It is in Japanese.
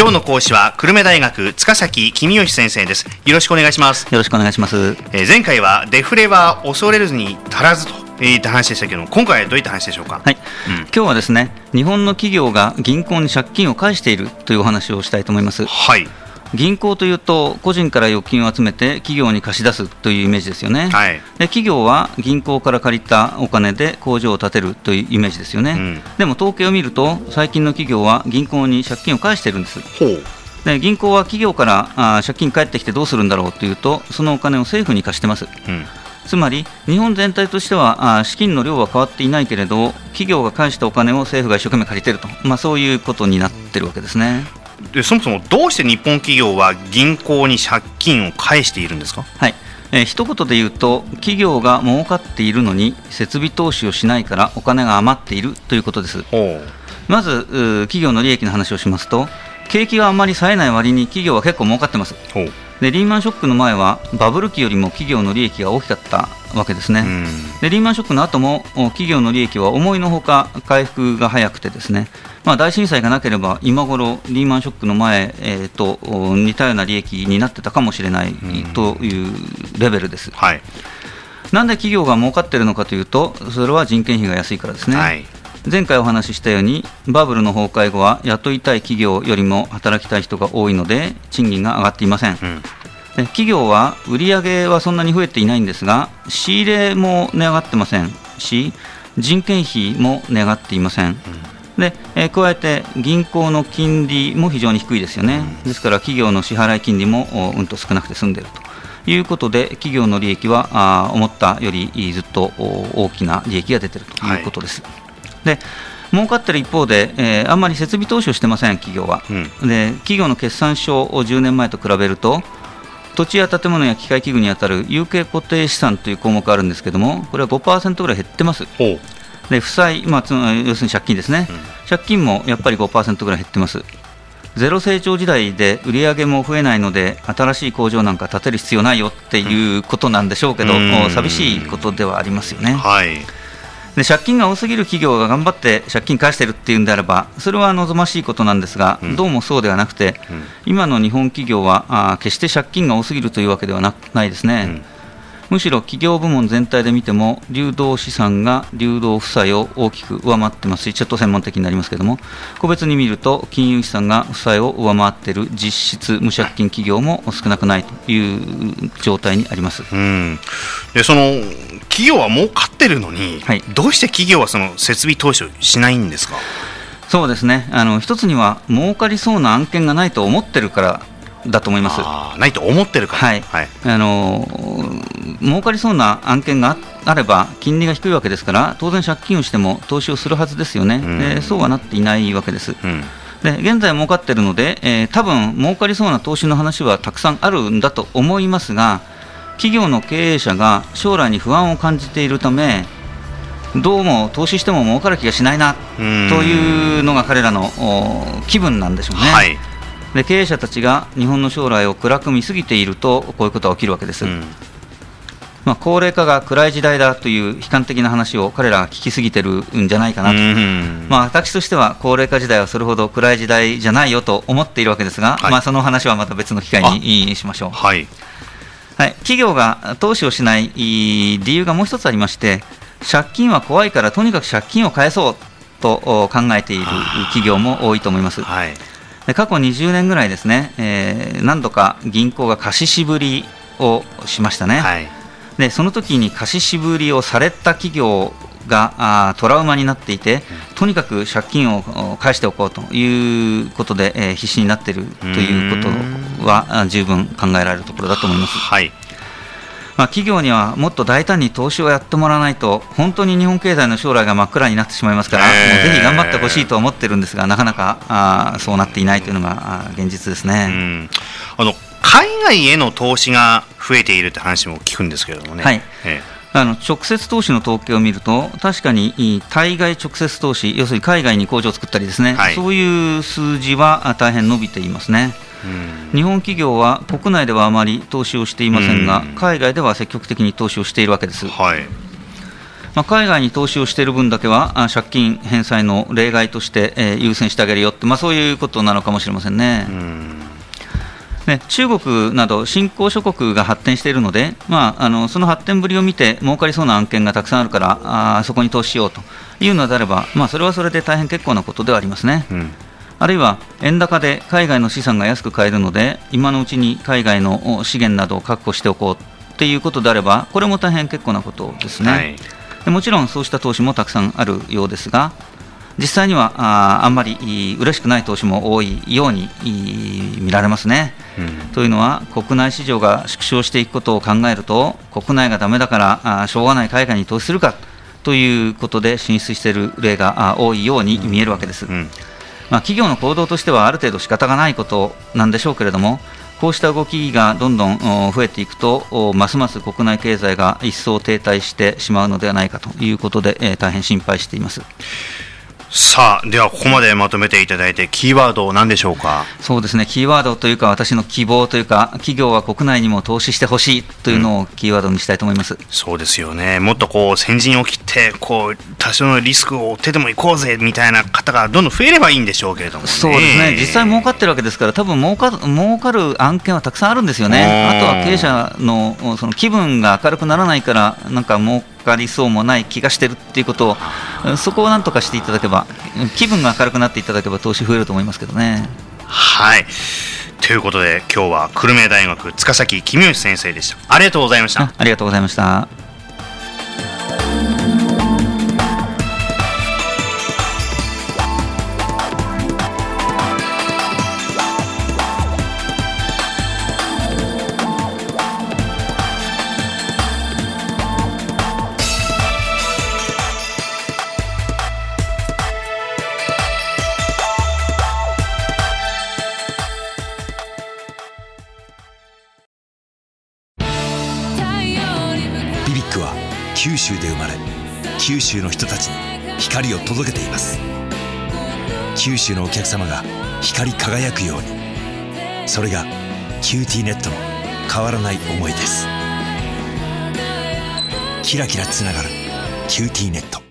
今日の講師は久留米大学塚崎公義先生です。よろしくお願いします。 よろしくお願いします。 前回はデフレは恐れずに足らずといった話でしたけども、今回はどういった話でしょうか。 はい、今日はですね、日本の企業が銀行に借金を返しているというお話をしたいと思います。 はい。 銀行というと個人から預金を集めて企業に貸し出すというイメージですよね。 はい、 で企業は銀行から借りたお金で工場を建てるというイメージですよね。でも統計を見ると最近の企業は銀行に借金を返しているんです。で銀行は企業から借金返ってきてどうするんだろうというと、そのお金を政府に貸してます。つまり日本全体としては資金の量は変わっていないけれど、企業が返したお金を政府が一生懸命借りていると、そういうことになっているわけですね。 でそもそもどうして日本企業は銀行に借金を返しているんですか。 はい、一言で言うと、企業が儲かっているのに設備投資をしないからお金が余っているということです。まず企業の利益の話をしますと、景気があまり冴えない割に企業は結構儲かってます。でリーマンショックの前はバブル期よりも企業の利益が大きかったわけですね。でリーマンショックの後も企業の利益は思いのほか回復が早くてですね、大震災がなければ今頃リーマンショックの前、と似たような利益になってたかもしれないというレベルです。 はい、 なんで企業が儲かっているのかというと、それは人件費が安いからですね。はい、前回お話ししたようにバブルの崩壊後は雇いたい企業よりも働きたい人が多いので賃金が上がっていません。で企業は売上はそんなに増えていないんですが、仕入れも値上がってませんし、人件費も値上がっていません。で加えて銀行の金利も非常に低いですよね。ですから企業の支払い金利もうんと少なくて済んでいるということで、企業の利益は思ったよりずっと大きな利益が出ているということです。で儲かっている一方で、あんまり設備投資をしてません企業は。で企業の決算書を10年前と比べると、土地や建物や機械器具に当たる有形固定資産という項目があるんですけども、これは 5% ぐらい減ってます。で負債、要するに借金ですね。借金もやっぱり 5% ぐらい減ってます。ゼロ成長時代で売上も増えないので新しい工場なんか建てる必要ないよっていうことなんでしょうけど、寂しいことではありますよね。で借金が多すぎる企業が頑張って借金返してるっていうんであれば、それは望ましいことなんですが、どうもそうではなくて、今の日本企業は決して借金が多すぎるというわけではないですね。むしろ企業部門全体で見ても流動資産が流動負債を大きく上回ってますし、ちょっと専門的になりますけども、個別に見ると金融資産が負債を上回っている実質無借金企業も少なくないという状態にあります。 でその企業は儲かってるのに、どうして企業はその設備投資をしないんですか。 そうですね、一つには儲かりそうな案件がないと思ってるからだと思います。 ないと思ってるから。 儲かりそうな案件があれば金利が低いわけですから、当然借金をしても投資をするはずですよね。でそうはなっていないわけです。で現在儲かっているので、多分儲かりそうな投資の話はたくさんあるんだと思いますが、企業の経営者が将来に不安を感じているため、どうも投資しても儲かる気がしないなというのが彼らの気分なんでしょうね。で経営者たちが日本の将来を暗く見すぎているとこういうことが起きるわけです。高齢化が暗い時代だという悲観的な話を彼らが聞きすぎてるんじゃないかなと。私としては高齢化時代はそれほど暗い時代じゃないよと思っているわけですが、その話はまた別の機会にしましょう。企業が投資をしない理由がもう一つありまして、借金は怖いからとにかく借金を返そうと考えている企業も多いと思います。で過去20年ぐらいですね、何度か銀行が貸し渋りをしましたね。でその時に貸し渋りをされた企業がトラウマになっていて、とにかく借金を返しておこうということで、必死になっているということは十分考えられるところだと思います。企業にはもっと大胆に投資をやってもらわないと本当に日本経済の将来が真っ暗になってしまいますから、もうぜひ頑張ってほしいと思ってるんですが、なかなかそうなっていないというのが現実ですね。 海外への投資が増えているという話も聞くんですけれどもね。 直接投資の統計を見ると、確かに対外直接投資、要するに海外に工場を作ったりですね、そういう数字は大変伸びていますね。日本企業は国内ではあまり投資をしていませんが、海外では積極的に投資をしているわけです。 海外に投資をしている分だけは借金返済の例外として、優先してあげるよって、そういうことなのかもしれませんね。中国など新興諸国が発展しているので、その発展ぶりを見て儲かりそうな案件がたくさんあるからそこに投資しようというのであれば、それはそれで大変結構なことではありますね。あるいは円高で海外の資産が安く買えるので今のうちに海外の資源などを確保しておこうっていうことであれば、これも大変結構なことですね。でもちろんそうした投資もたくさんあるようですが、実際にはあんまり嬉しくない投資も多いように見られますね。というのは国内市場が縮小していくことを考えると、国内がダメだからしょうがない海外に投資するかということで進出している例が多いように見えるわけです。企業の行動としてはある程度仕方がないことなんでしょうけれども、こうした動きがどんどん増えていくとますます国内経済が一層停滞してしまうのではないかということで、大変心配しています。 さあ、ではここまでまとめていただいてキーワード何でしょうか。 そうですね、キーワードというか私の希望というか、企業は国内にも投資してほしいというのをキーワードにしたいと思います。 そうですよね。もっと先陣を切って多少のリスクを負ってでも行こうぜみたいな方がどんどん増えればいいんでしょうけれどもね。 そうですね、実際儲かってるわけですから、多分儲かる案件はたくさんあるんですよね。あとは経営者のその気分が明るくならないからなんか儲かりそうもない気がしてるっていうことを、そこをなんとかしていただけば、気分が明るくなっていただけば投資増えると思いますけどね。 はい、ということで今日は久留米大学塚崎公義先生でした。ありがとうございました。 ありがとうございました。 ビビックは九州で生まれ、九州の人たちに光を届けています。九州のお客様が光り輝くように、それがキューティーネットの変わらない思いです。キラキラつながるキューティーネット。